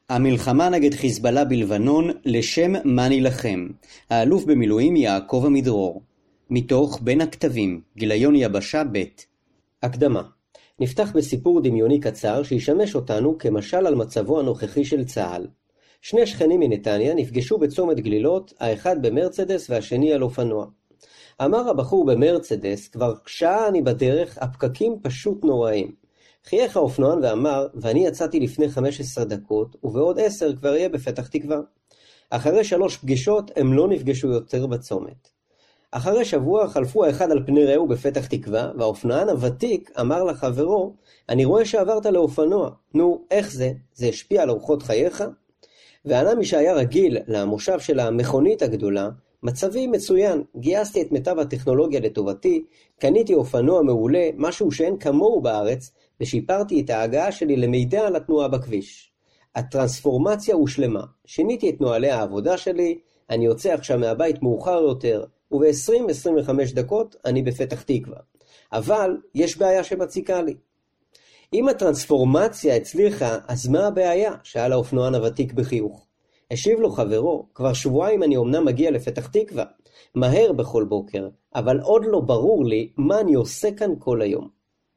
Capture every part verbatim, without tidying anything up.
המלחמה נגד חיזבאללה בלבנון, לשם מה נילחם. האלוף במילואים יעקב עמידרור. מתוך בין הכתבים, גיליון יבשה ב'. הקדמה. נפתח בסיפור דמיוני קצר שישמש אותנו כמשל על מצבו הנוכחי של צה"ל. שני שכנים מנתניה נפגשו בצומת גלילות, האחד במרצדס והשני על אופנוע. אמר הבחור במרצדס, כבר שעה אני בדרך, הפקקים פשוט נוראים. חייך האופנוען ואמר, ואני יצאתי לפני חמש עשרה דקות, ובעוד עשר כבר יהיה בפתח תקווה. אחרי שלוש פגישות הם לא נפגשו יותר בצומת. אחרי שבוע חלפו האחד על פני רעהו בפתח תקווה, והאופנוען הוותיק אמר לחברו, אני רואה שעברת לאופנוע. נו, איך זה? זה השפיע על אורחות חייך? וענה מי שהיה רגיל למושב של המכונית הגדולה, מצבי מצוין, גייסתי את מיטב הטכנולוגיה לטובתי, קניתי אופנוע מעולה, משהו שאין כמוהו בארץ, ושיפרתי את ההגעה שלי למידע על התנועה בכביש. הטרנספורמציה הושלמה, שיניתי את נוהלי העבודה שלי, אני יוצא עכשיו מהבית מאוחר יותר, וב-עשרים עד עשרים וחמש דקות אני בפתח תקווה. אבל יש בעיה שמציקה לי. אם הטרנספורמציה הצליחה, אז מה הבעיה? שאל האופנוען הוותיק בחיוך. השיב לו חברו, כבר שבועיים אני אומנם מגיע לפתח תקווה, מהר בכל בוקר, אבל עוד לא ברור לי מה אני עושה כאן כל היום.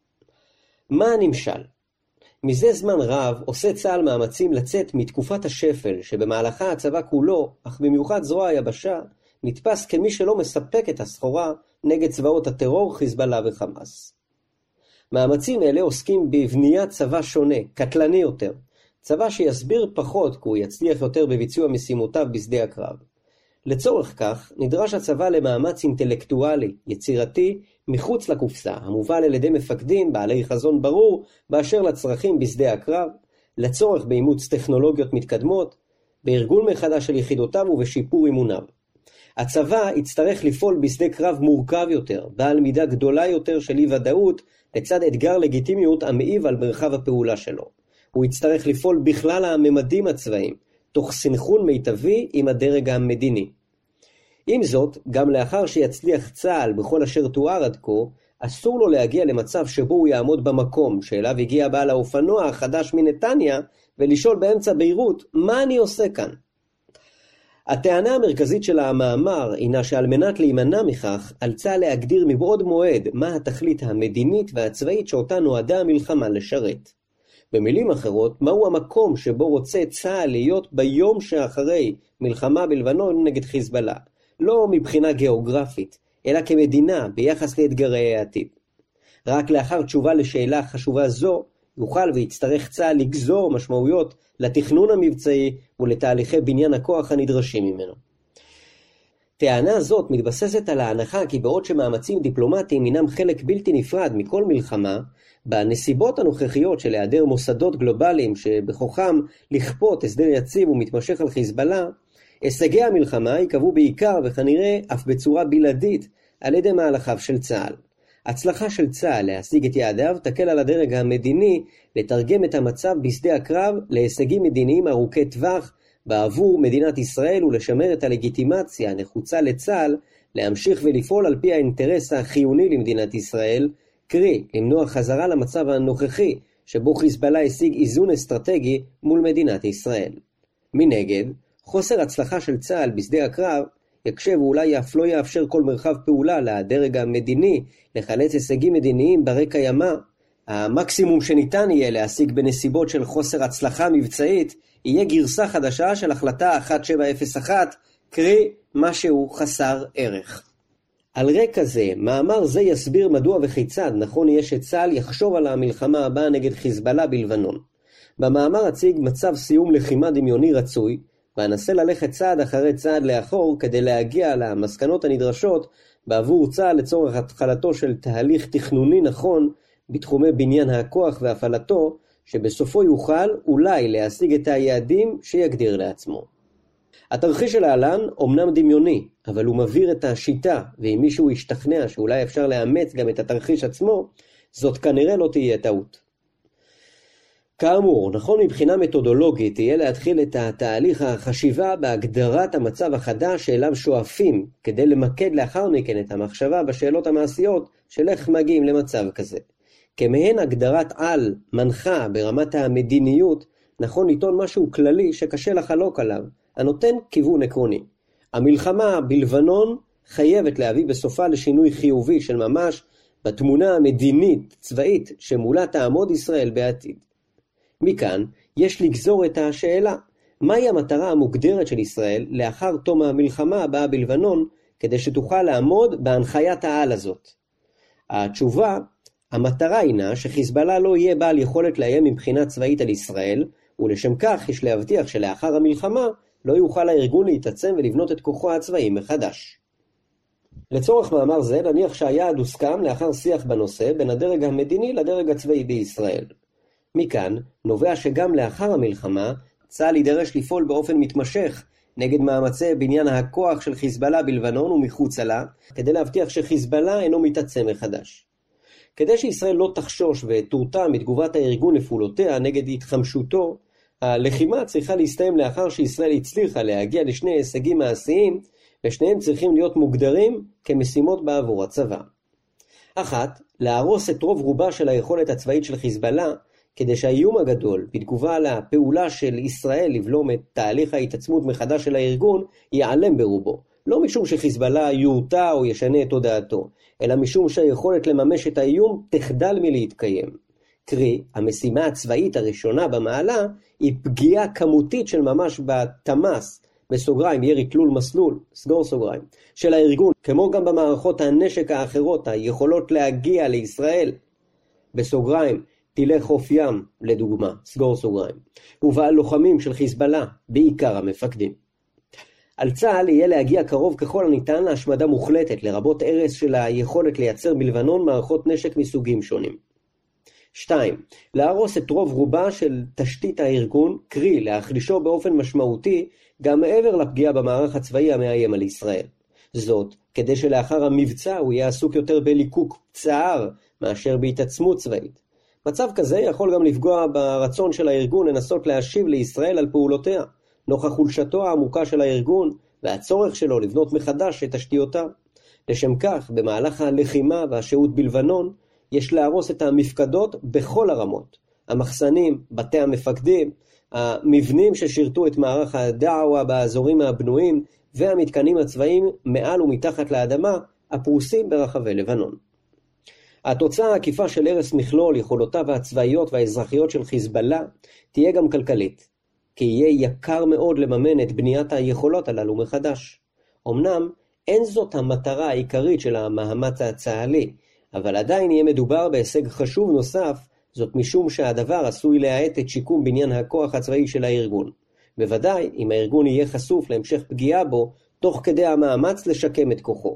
מה הנמשל? מזה זמן רב עושה צה"ל מאמצים לצאת מתקופת השפל שבמהלכה הצבא כולו, אך במיוחד זרוע היבשה, נתפס כמי שלא מספק את הסחורה נגד צבאות הטרור, חיזבאללה וחמאס. מאמצים אלה עוסקים בבניית צבא שונה, קטלני יותר, צבא שיסביר פחות כי הוא יצליח יותר בביצוע משימותיו בשדה הקרב. לצורך כך נדרש הצבא למאמץ אינטלקטואלי, יצירתי, מחוץ לקופסה, המובל על ידי מפקדים בעלי חזון ברור באשר לצרכים בשדה הקרב, לצורך באימוץ טכנולוגיות מתקדמות, בארגון מחדש של יחידותיו ובשיפור אימוניו. הצבא יצטרך לפעול בשדה קרב מורכב יותר, בעל מידה גדולה יותר של אי ודאות, לצד אתגר לגיטימיות המעיב על מרחב הפעולה שלו. הוא יצטרך לפעול בכלל הממדים הצבאיים, תוך סנכרון מיטבי עם הדרג המדיני. עם זאת, גם לאחר שיצליח צה"ל בכל אשר תואר עד כה, אסור לו להגיע למצב שבו הוא יעמוד במקום שאליו הגיע בעל האופנוע החדש מנתניה, ולשאול באמצע ביירות, מה אני עושה כאן? הטענה המרכזית של המאמר הינה שעל מנת להימנע מכך, על צה"ל להגדיר מבעוד מועד מה התכלית המדינית והצבאית שאותה נועדה המלחמה לשרת. במילים אחרות, מהו המקום שבו רוצה צה"ל להיות ביום שאחרי מלחמה בלבנון נגד חיזבאללה, לא מבחינה גיאוגרפית, אלא כמדינה ביחס לאתגרי העתיד. רק לאחר תשובה לשאלה חשובה זו, יוכל ויצטרך צה"ל לגזור משמעויות לתכנון המבצעי ולתהליכי בניין הכוח הנדרשים ממנו. טענה זאת מתבססת על ההנחה כי בעוד שמאמצים דיפלומטיים הינם חלק בלתי נפרד מכל מלחמה, בנסיבות הנוכחיות של היעדר מוסדות גלובליים שבכוחם לכפות הסדר יציב ומתמשך על חיזבאללה, הישגי המלחמה יקבעו בעיקר וכנראה אף בצורה בלעדית על ידי מהלכיו של צה"ל. הצלחה של צה"ל להשיג את יעדיו תקל על הדרג המדיני לתרגם את המצב בשדה הקרב להישגים מדיניים ארוכי טווח בעבור מדינת ישראל ולשמר את הלגיטימציה הנחוצה לצה"ל להמשיך ולפעול על פי האינטרס החיוני למדינת ישראל, קרי למנוע חזרה למצב הנוכחי שבו חיזבאללה השיג איזון אסטרטגי מול מדינת ישראל. מנגד, חוסר הצלחה של צה"ל בשדה הקרב יקשה ואולי אף לא יאפשר כל מרחב פעולה לדרג המדיני לחלץ הישגים מדיניים ברקע ימה. המקסימום שניתן יהיה להשיג בנסיבות של חוסר הצלחה מבצעית יהיה גרסה חדשה של החלטה אחת שבע אפס אחת, קרי משהו חסר ערך. על רקע זה, מאמר זה יסביר מדוע וכיצד נכון יהיה שצה"ל יחשוב על המלחמה הבאה נגד חיזבאללה בלבנון. במאמר אציג מצב סיום לחימה דמיוני רצוי, ואנסה ללכת צעד אחרי צעד לאחור כדי להגיע למסקנות הנדרשות בעבור צה"ל לצורך התחלתו של תהליך תכנוני נכון בתחומי בניין הכוח והפעלתו, שבסופו יוכל אולי להשיג את היעדים שיגדיר לעצמו. התרחיש של העלן אומנם דמיוני, אבל הוא מבהיר את השיטה, ואם מישהו ישתכנע שאולי אפשר לאמץ גם את התרחיש עצמו, זאת כנראה לא תהיה טעות. כאמור, נכון מבחינה מתודולוגית תהיה להתחיל את התהליך החשיבה בהגדרת המצב החדש שאליו שואפים, כדי למקד לאחר מכן את המחשבה בשאלות המעשיות של איך מגיעים למצב כזה. כמהן הגדרת על מנחה ברמת המדיניות, נכון לטעון משהו כללי שקשה לחלוק עליו, הנותן כיוון עקרוני. המלחמה בלבנון חייבת להביא בסופה לשינוי חיובי של ממש בתמונה המדינית צבאית שמולה תעמוד ישראל בעתיד. מכאן יש לגזור את השאלה, מהי המטרה המוגדרת של ישראל לאחר תום המלחמה הבאה בלבנון, כדי שתוכל לעמוד בהנחיית העל הזאת? התשובה, המטרה הינה שחיזבאללה לא יהיה בעל יכולת לאיים מבחינה צבאית על ישראל, ולשם כך יש להבטיח שלאחר המלחמה לא יוכל הארגון להתעצם ולבנות את כוחו הצבאי מחדש. לצורך מאמר זה נניח שהיעד הוסכם לאחר שיח בנושא בין הדרג המדיני לדרג הצבאי בישראל. מכאן נובע שגם לאחר המלחמה צה"ל יידרש לפעול באופן מתמשך נגד מאמצי בניין הכוח של חיזבאללה בלבנון ומחוצה לה, כדי להבטיח שחיזבאללה אינו מתעצם מחדש. כדי שישראל לא תחשוש ותורתע מתגובת הארגון לפעולותיה נגד התחמשותו, הלחימה צריכה להסתיים לאחר שישראל הצליחה להגיע לשני הישגים מעשיים, ושניהם צריכים להיות מוגדרים כמשימות בעבור הצבא. אחת, להרוס את רוב רובה של היכולת הצבאית של חיזבאללה, כדי שהאיום הגדול בתגובה לפעולה של ישראל לבלום את תהליך ההתעצמות מחדש של הארגון ייעלם ברובו. לא משום שחיזבאללה יורתע או ישנה את תודעתו, אלא משום שהיכולת לממש את האיום תחדל מלהתקיים. קרי, המשימה הצבאית הראשונה במעלה היא פגיעה כמותית של ממש בתמ"ס, בסוגריים, ירי תלול מסלול, סגור סוגריים, של הארגון, כמו גם במערכות הנשק האחרות היכולות להגיע לישראל, בסוגריים, טילי חוף ים, לדוגמה, סגור סוגריים, ובלוחמים של חיזבאללה, בעיקר המפקדים. על צה"ל יהיה להגיע קרוב ככל הניתן להשמדה מוחלטת, לרבות הרס של היכולת לייצר בלבנון מערכות נשק מסוגים שונים. שתיים. להרוס את רוב רובה של תשתית הארגון, קרי להחלישו באופן משמעותי, גם מעבר לפגיעה במערך הצבאי המאיים על ישראל. זאת, כדי שלאחר המבצע הוא יהיה עסוק יותר בליקוק צער מאשר בהתעצמות צבאית. מצב כזה יכול גם לפגוע ברצון של הארגון לנסות להשיב לישראל על פעולותיה, נוכח חולשתו העמוקה של הארגון והצורך שלו לבנות מחדש את תשתיותיו. לשם כך, במהלך הלחימה והשהות בלבנון, יש להרוס את המפקדות בכל הרמות. המחסנים, בתי המפקדים, המבנים ששירתו את מערך הדעווה באזורים הבנויים, והמתקנים הצבאיים מעל ומתחת לאדמה, הפרוסים ברחבי לבנון. התוצאה העקיפה של הרס מכלול יכולותיו הצבאיות והאזרחיות של חיזבאללה תהיה גם כלכלית, כי יהיה יקר מאוד לממן את בניית היכולות הללו מחדש. אמנם אין זאת המטרה העיקרית של המאמץ הצה"לי, אבל עדיין יהיה מדובר בהישג חשוב נוסף, זאת משום שהדבר עשוי להאט את שיקום בניין הכוח הצבאי של הארגון. בוודאי אם הארגון יהיה חשוף להמשך פגיעה בו, תוך כדי המאמץ לשקם את כוחו.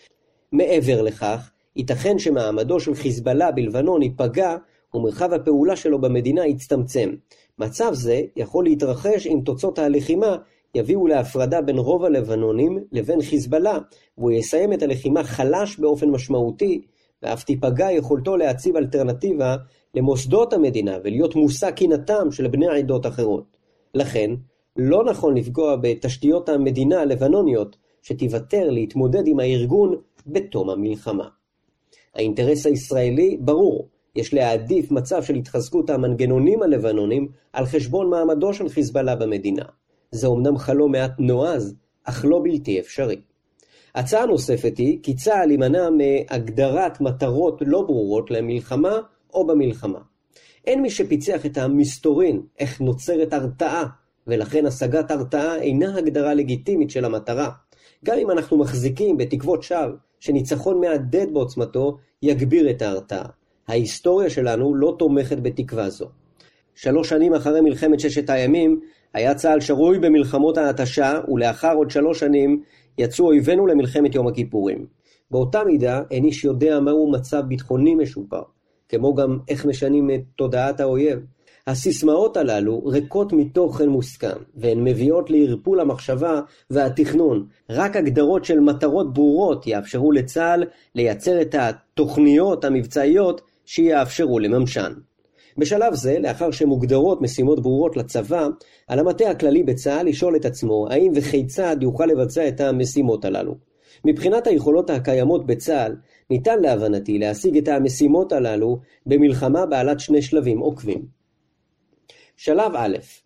מעבר לכך, ייתכן שמעמדו של חיזבאללה בלבנון ייפגע, ומרחב הפעולה שלו במדינה יצטמצם. מצב זה יכול להתרחש אם תוצאות הלחימה יביאו להפרדה בין רוב הלבנונים לבין חיזבאללה, והוא יסיים את הלחימה חלש באופן משמעותי, ואף תיפגע יכולתו להציב אלטרנטיבה למוסדות המדינה ולהיות מושא קינתם של בני העדות אחרות. לכן, לא נכון לפגוע בתשתיות המדינה הלבנוניות שתיוותר להתמודד עם הארגון בתום המלחמה. האינטרס הישראלי ברור, יש להעדיף מצב של התחזקות המנגנונים הלבנונים על חשבון מעמדו של חיזבאללה במדינה. זה אומנם חלום מעט נועז, אך לא בלתי אפשרי. הצעה נוספת היא כי צה"ל יימנע מהגדרת מטרות לא ברורות למלחמה או במלחמה. אין מי שפיצח את המסתורין, איך נוצרת הרתעה, ולכן השגת הרתעה אינה הגדרה לגיטימית של המטרה. גם אם אנחנו מחזיקים בתקוות שווא שניצחון מהדהד בעוצמתו יגביר את ההרתעה. ההיסטוריה שלנו לא תומכת בתקווה זו. שלוש שנים אחרי מלחמת ששת הימים, היה צה"ל שרוי במלחמות ההתשה, ולאחר עוד שלוש שנים יצאו אויבינו למלחמת יום הכיפורים. באותה מידה, אין איש יודע מהו מצב ביטחוני משופר, כמו גם איך משנים את תודעת האויב. הסיסמאות הללו ריקות מתוכן מוסכם, והן מביאות לערפול המחשבה והתכנון. רק הגדרות של מטרות ברורות יאפשרו לצה"ל לייצר את התוכניות המבצעיות שיאפשרו לממשן. בשלב זה, לאחר שמוגדרות משימות ברורות לצבא, על המטה הכללי בצה"ל לשאול את עצמו האם וכיצד יוכל לבצע את המשימות הללו. מבחינת היכולות הקיימות בצה"ל, ניתן להבנתי להשיג את המשימות הללו במלחמה בעלת שני שלבים עוקבים. שלב א',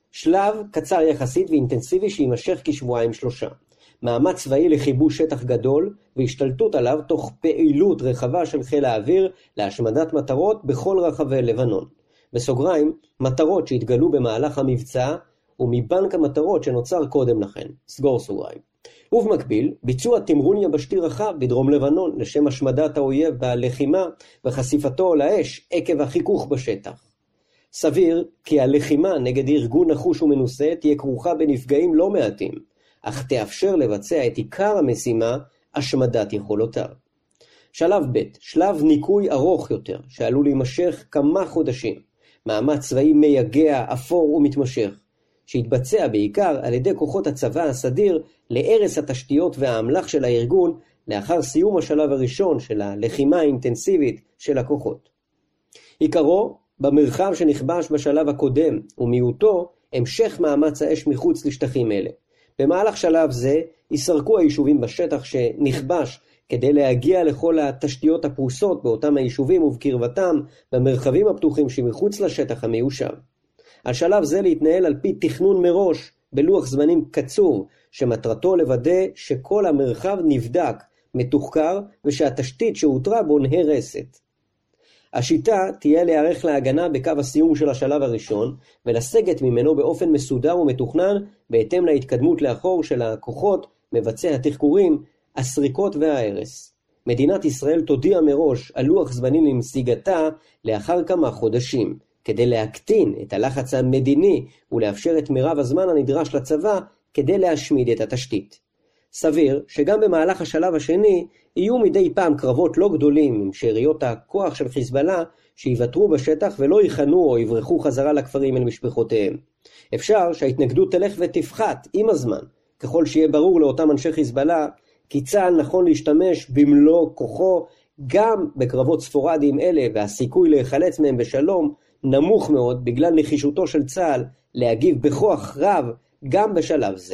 שלב קצר יחסית ואינטנסיבי שימשך כשבועיים שלושה. מאמץ צבאי לכיבוש שטח גדול והשתלטות עליו תוך פעילות רחבה של חיל האוויר להשמדת מטרות בכל רחבי לבנון. בסוגריים, מטרות שהתגלו במהלך המבצע ומבנק המטרות שנוצר קודם לכן. סגור סוגריים. ובמקביל, ביצוע תמרון יבשתי רחב בדרום לבנון לשם השמדת האויב בלחימה וחשיפתו לאש עקב החיכוך בשטח. סביר כי הלחימה נגד ארגון נחוש ומנוסה תהיה כרוכה בנפגעים לא מעטים, אך תאפשר לבצע את עיקר המשימה, השמדת יכולותיו. שלב ב', שלב ניקוי ארוך יותר, שעלול להימשך כמה חודשים. מאמץ צבאי מייגע, אפור ומתמשך, שהתבצע בעיקר על ידי כוחות הצבא הסדיר להרס התשתיות והאמל"ח של הארגון, לאחר סיום השלב הראשון של הלחימה האינטנסיבית של הכוחות. עיקרו, במרחב שנכבש בשלב הקודם, ומיעוטו, המשך מאמץ האש מחוץ לשטחים אלה. במהלך שלב זה, יסרקו היישובים בשטח שנכבש כדי להגיע לכל התשתיות הפרוסות באותם היישובים ובקרבתם במרחבים הפתוחים שמחוץ לשטח המיושב. על שלב זה להתנהל על פי תכנון מראש בלוח זמנים קצוב, שמטרתו לוודא שכל המרחב נבדק, מתוחקר, ושהתשתית שהותרה בו נהרסת. השיטה תהיה להיערך להגנה בקו הסיום של השלב הראשון, ולסגת ממנו באופן מסודר ומתוכנן, בהתאם להתקדמות לאחור של הכוחות, מבצע התחקורים, הסריקות וההרס. מדינת ישראל תודיע מראש על לוח זמנים למשיגתה לאחר כמה חודשים, כדי להקטין את הלחץ המדיני ולאפשר את מירב הזמן הנדרש לצבא כדי להשמיד את התשתית. סביר שגם במהלך השלב השני יהיו מדי פעם קרבות לא גדולים עם שאריות הכוח של חיזבאללה שיוותרו בשטח ולא ייחנו או יברחו חזרה לכפרים אל משפחותיהם. אפשר שההתנגדות תלך ותפחת עם הזמן, ככל שיהיה ברור לאותם אנשי חיזבאללה כי צה"ל נכון להשתמש במלוא כוחו גם בקרבות ספורדיים אלה, והסיכוי להיחלץ מהם בשלום נמוך מאוד בגלל נחישותו של צה"ל להגיב בכוח רב גם בשלב זה.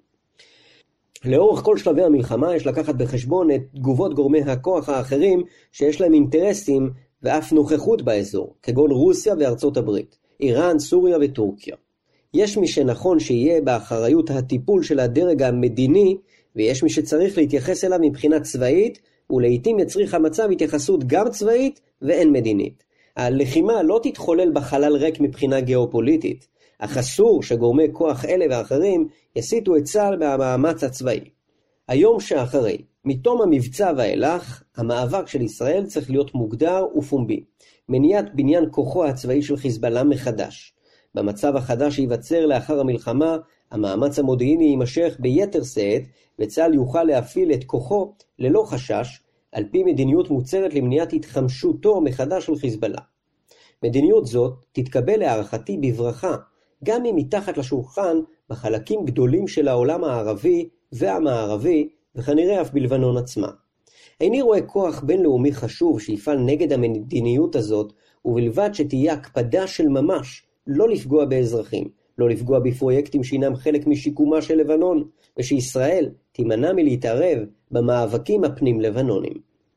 לאורך כל שלבי המלחמה יש לקחת בחשבון את תגובות גורמי הכוח האחרים שיש להם אינטרסים ואף נוכחות באזור, כגון רוסיה וארצות הברית, איראן, סוריה וטורקיה. יש מי שנכון שיהיה באחריות הטיפול של הדרג המדיני, ויש מי שצריך להתייחס אליו מבחינה צבאית, ולעיתים יצריך המצב התייחסות גם צבאית ואין מדינית. הלחימה לא תתחולל בחלל ריק מבחינה גיאופוליטית, אך אסור שגורמי כוח אלה ואחרים יסיטו את צה"ל במאמץ הצבאי. היום שאחרי, מתום המבצע ואילך, המאבק של ישראל צריך להיות מוגדר ופומבי. מניעת בניין כוחו הצבאי של חיזבאללה מחדש. במצב החדש שיווצר לאחר המלחמה, המאמץ המודיעיני יימשך ביתר שאת, וצה"ל יוכל להפעיל את כוחו ללא חשש, על פי מדיניות מוצרת למניעת התחמשותו מחדש של חיזבאללה. מדיניות זאת תתקבל להערכתי בברכה, גם אם מתחת לשולחן בחלקים גדולים של העולם הערבי והמערבי, וכנראה אף בלבנון עצמה. איני רואה כוח בינלאומי חשוב שיפעל נגד המדיניות הזאת, ובלבד שתהיה הקפדה של ממש לא לפגוע באזרחים, לא לפגוע בפרויקטים שינם חלק משיקומה של לבנון, ושישראל תימנע מלהתערב במאבקים הפנים לבנונים.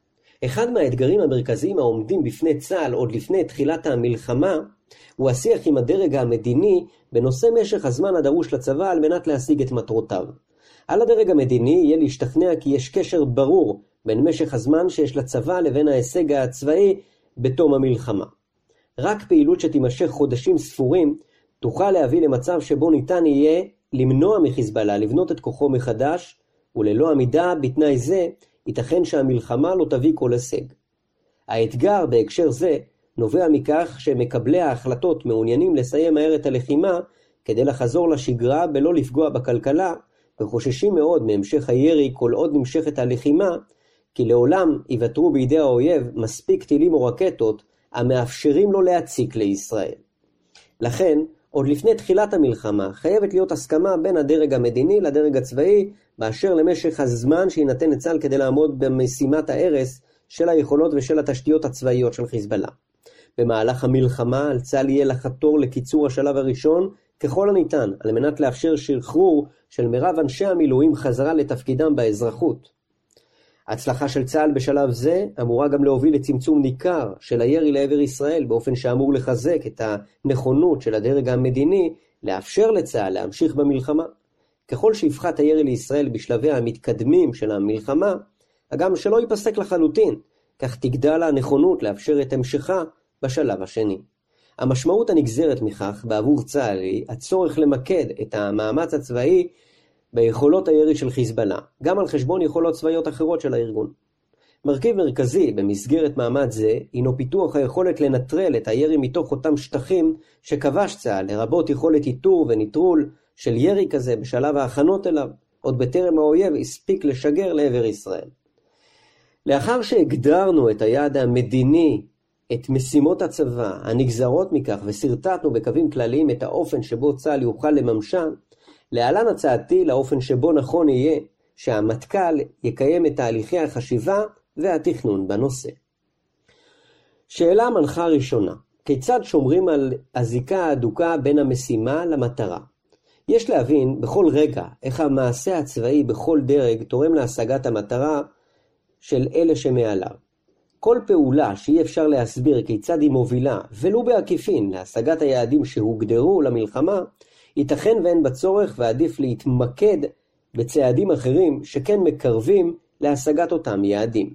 אחד מהאתגרים המרכזיים העומדים בפני צה"ל עוד לפני תחילת המלחמה, הוא השיח עם הדרג המדיני בנושא משך הזמן הדרוש לצבא על מנת להשיג את מטרותיו. על הדרג המדיני יהיה להשתכנע כי יש קשר ברור בין משך הזמן שיש לצבא לבין ההישג הצבאי בתום המלחמה. רק פעילות שתימשך חודשים ספורים תוכל להביא למצב שבו ניתן יהיה למנוע מחיזבאללה לבנות את כוחו מחדש, וללא עמידה בתנאי זה ייתכן שהמלחמה לא תביא כל הישג. האתגר בהקשר זה נובע מכך שמקבלי ההחלטות מעוניינים לסיים מהר את הלחימה כדי לחזור לשגרה בלא לפגוע בכלכלה, וחוששים מאוד מהמשך הירי כל עוד נמשכת הלחימה, כי לעולם יוותרו בידי האויב מספיק טילים או רקטות המאפשרים לו להציק לישראל. לכן, עוד לפני תחילת המלחמה חייבת להיות הסכמה בין הדרג המדיני לדרג הצבאי באשר למשך הזמן שיינתן לצה"ל כדי לעמוד במשימת ההרס של היכולות ושל התשתיות הצבאיות של חיזבאללה. במהלך המלחמה על צה"ל יהיה לחתור לקיצור השלב הראשון ככל הניתן, על מנת לאפשר שחרור של מירב אנשי המילואים חזרה לתפקידם באזרחות. ההצלחה של צה"ל בשלב זה אמורה גם להוביל לצמצום ניכר של הירי לעבר ישראל, באופן שאמור לחזק את הנכונות של הדרג המדיני לאפשר לצה"ל להמשיך במלחמה. ככל שיפחת הירי לישראל בשלביה המתקדמים של המלחמה, הגם שלא ייפסק לחלוטין, כך תגדל הנכונות לאפשר את המשכה בשלב השני. המשמעות הנגזרת מכך בעבור צה"ל היא הצורך למקד את המאמץ הצבאי ביכולות הירי של חיזבאללה, גם על חשבון יכולות צבאיות אחרות של הארגון. מרכיב מרכזי במסגרת מאמץ זה הינו פיתוח היכולת לנטרל את הירי מתוך אותם שטחים שכבש צה"ל, לרבות יכולת איתור וניטרול של ירי כזה בשלב ההכנות אליו, עוד בטרם האויב הספיק לשגר לעבר ישראל. לאחר שהגדרנו את היעד המדיני, את משימות הצבא הנגזרות מכך וסרטטנו בקווים כלליים את האופן שבו צה"ל יוכל לממשן, להלן הצעתי לאופן שבו נכון יהיה שהמטכ"ל יקיים את תהליכי החשיבה והתכנון בנושא. שאלה מנחה ראשונה, כיצד שומרים על הזיקה ההדוקה בין המשימה למטרה? יש להבין בכל רגע איך המעשה הצבאי בכל דרג תורם להשגת המטרה של אלה שמעליו. כל פעולה שאי אפשר להסביר כיצד היא מובילה, ולו בעקיפין, להשגת היעדים שהוגדרו למלחמה, ייתכן ואין בצורך ועדיף להתמקד בצעדים אחרים שכן מקרבים להשגת אותם יעדים.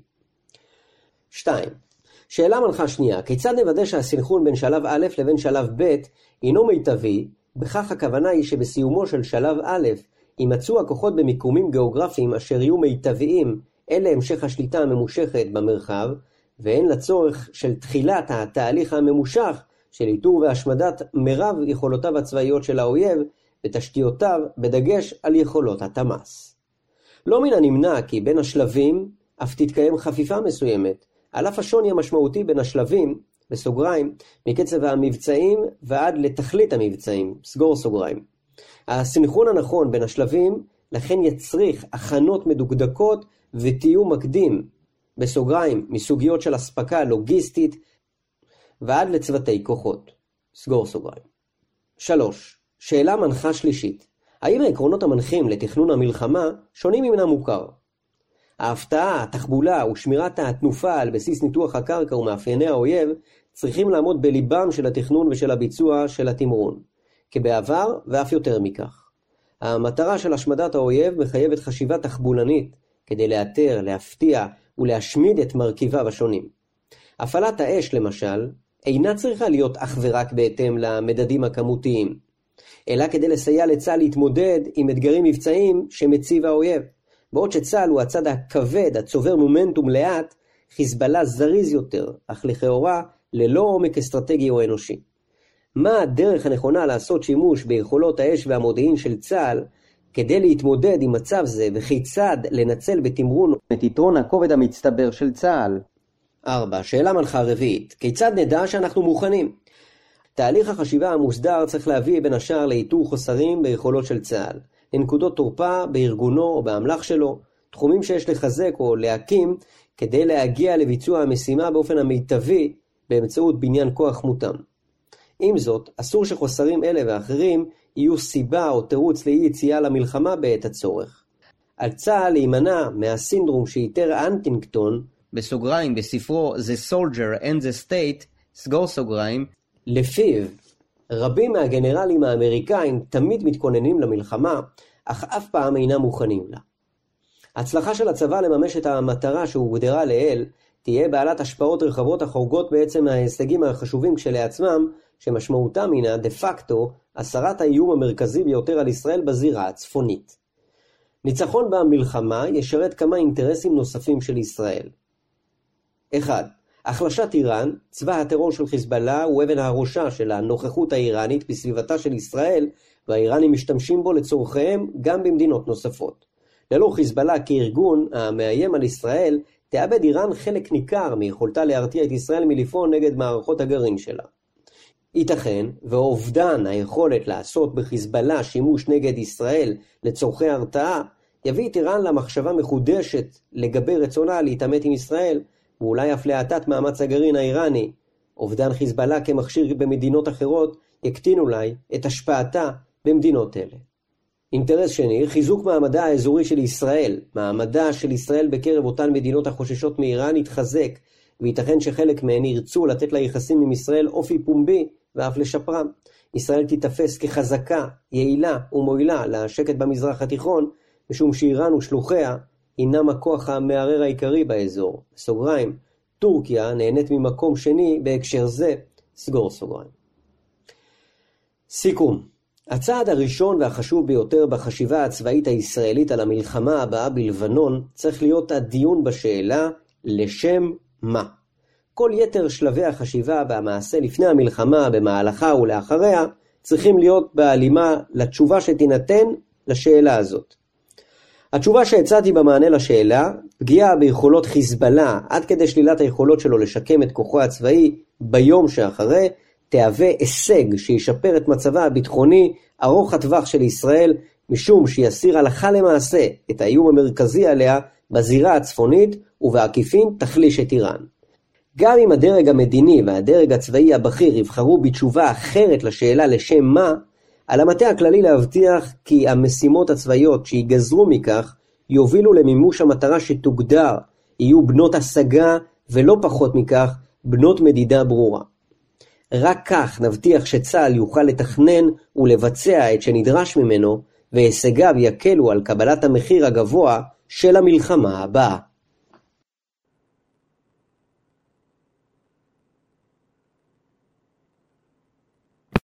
שתיים. שאלה מנחה שנייה, כיצד נוודא שהסנכרון בין שלב א' לבין שלב ב' אינו מיטבי? בכך הכוונה היא שבסיומו של שלב א' יימצאו הכוחות במיקומים גיאוגרפיים אשר יהיו מיטביים אלה המשך השליטה הממושכת במרחב, ואין לצורך של תחילת התהליך הממושך של איתור והשמדת מרב יכולותיו הצבאיות של האויב ותשתיותיו בדגש על יכולות התמ"ס. לא מן הנמנע כי בין השלבים אף תתקיים חפיפה מסוימת, על אף השוני המשמעותי בין השלבים, בסוגריים, מקצב המבצעים ועד לתכלית המבצעים, סגור סוגריים. הסנכרון הנכון בין השלבים לכן יצריך הכנות מדוקדקות ותיאום מקדים, בסוגריים, מסוגיות של הספקה לוגיסטית ועד לצוותי כוחות, סגור סוגריים. שלוש. שאלה מנחה שלישית. האם העקרונות המנחים לתכנון המלחמה שונים מן המוכר? ההפתעה, התחבולה ושמירת התנופה על בסיס ניתוח הקרקע ומאפייני האויב צריכים לעמוד בליבם של התכנון ושל הביצוע של התמרון, כבעבר ואף יותר מכך. המטרה של השמדת האויב מחייבת חשיבה תחבולנית כדי לאתר, להפתיע ולהשמיד את מרכיביו השונים. הפעלת האש למשל אינה צריכה להיות אך ורק בהתאם למדדים הכמותיים, אלא כדי לסייע לצה"ל להתמודד עם אתגרים מבצעיים שמציב האויב. בעוד שצה"ל הוא הצד הכבד, הצובר מומנטום לאט, חיזבאללה זריז יותר, אך לכאורה ללא עומק אסטרטגי או אנושי. מה הדרך הנכונה לעשות שימוש ביכולות האש והמודיעין של צה"ל כדי להתמודד עם מצב זה, וכיצד לנצל בתמרון את יתרון הכובד המצטבר של צה"ל? ארבע. שאלה מנחה רביעית, כיצד נדע שאנחנו מוכנים? תהליך החשיבה המוסדר צריך להביא בין השאר לאיתור חוסרים ביכולות של צה"ל, לנקודות תורפה בארגונו או באמל"ח שלו, תחומים שיש לחזק או להקים כדי להגיע לביצוע המשימה באופן המיטבי באמצעות בניין כוח מותאם. עם זאת, אסור שחוסרים אלה ואחרים יהיו סיבה או תירוץ לאי יציאה למלחמה בעת הצורך. על צה"ל להימנע מהסינדרום שאיתר הנטינגטון, בסוגריים בספרו The Soldier and the State, סגור סוגריים, לפיו רבים מהגנרלים האמריקאים תמיד מתכוננים למלחמה, אך אף פעם אינם מוכנים לה. הצלחה של הצבא לממש את המטרה שהוגדרה לעיל, תהיה בעלת השפעות רחבות החורגות בעצם מההישגים החשובים כשלעצמם, שמשמעותם הינה דה פקטו הסרת האיום המרכזי ביותר על ישראל בזירה הצפונית. ניצחון במלחמה ישרת כמה אינטרסים נוספים של ישראל. אחד. החלשת איראן, צבא הטרור של חיזבאללה הוא אבן הראשה של הנוכחות האיראנית בסביבתה של ישראל, והאיראנים משתמשים בו לצורכיהם גם במדינות נוספות. ללא חיזבאללה כארגון המאיים על ישראל, תאבד איראן חלק ניכר מיכולתה להרתיע את ישראל מלפעול נגד מערכות הגרעין שלה. ייתכן, ואובדן היכולת לעשות בחיזבאללה שימוש נגד ישראל לצורכי הרתעה, יביא את איראן למחשבה מחודשת לגבי רצונה להתעמת עם ישראל, ואולי אף להאטת מאמץ הגרעין האיראני. אובדן חיזבאללה כמכשיר במדינות אחרות יקטין אולי את השפעתה במדינות אלה. אינטרס שני, חיזוק מעמדה האזורי של ישראל. מעמדה של ישראל בקרב אותן מדינות החוששות מאיראן יתחזק, וייתכן שחלק מהן ירצו לתת ליחסים עם ישראל אופי פומבי ואף לשפרם. ישראל תתפס כחזקה, יעילה ומועילה לשקט במזרח התיכון, משום שאיראן ושלוחיה אינם הכוח המערער העיקרי באזור. סוגריים, טורקיה נהנית ממקום שני בהקשר זה, סגור סוגריים. סיכום, הצעד הראשון והחשוב ביותר בחשיבה הצבאית הישראלית על המלחמה הבאה בלבנון צריך להיות הדיון בשאלה לשם מה. כל יתר שלבי החשיבה והמעשה לפני המלחמה, במהלכה ולאחריה, צריכים להיות בהלימה לתשובה שתינתן לשאלה הזאת. התשובה שהצעתי במענה לשאלה, פגיעה ביכולות חיזבאללה עד כדי שלילת היכולות שלו לשקם את כוחו הצבאי ביום שאחרי, תהווה הישג שישפר את מצבה הביטחוני ארוך הטווח של ישראל, משום שיסיר הלכה למעשה את האיום המרכזי עליה בזירה הצפונית, ובעקיפין תחליש את איראן. גם אם הדרג המדיני והדרג הצבאי הבכיר יבחרו בתשובה אחרת לשאלה לשם מה, על המטה הכללי להבטיח כי המשימות הצבאיות שיגזרו מכך יובילו למימוש המטרה שתוגדר, יהיו בנות השגה ולא פחות מכך בנות מדידה ברורה. רק כך נבטיח שצה"ל יוכל לתכנן ולבצע את שנדרש ממנו, והישגיו יקלו על קבלת המחיר הגבוה של המלחמה הבאה.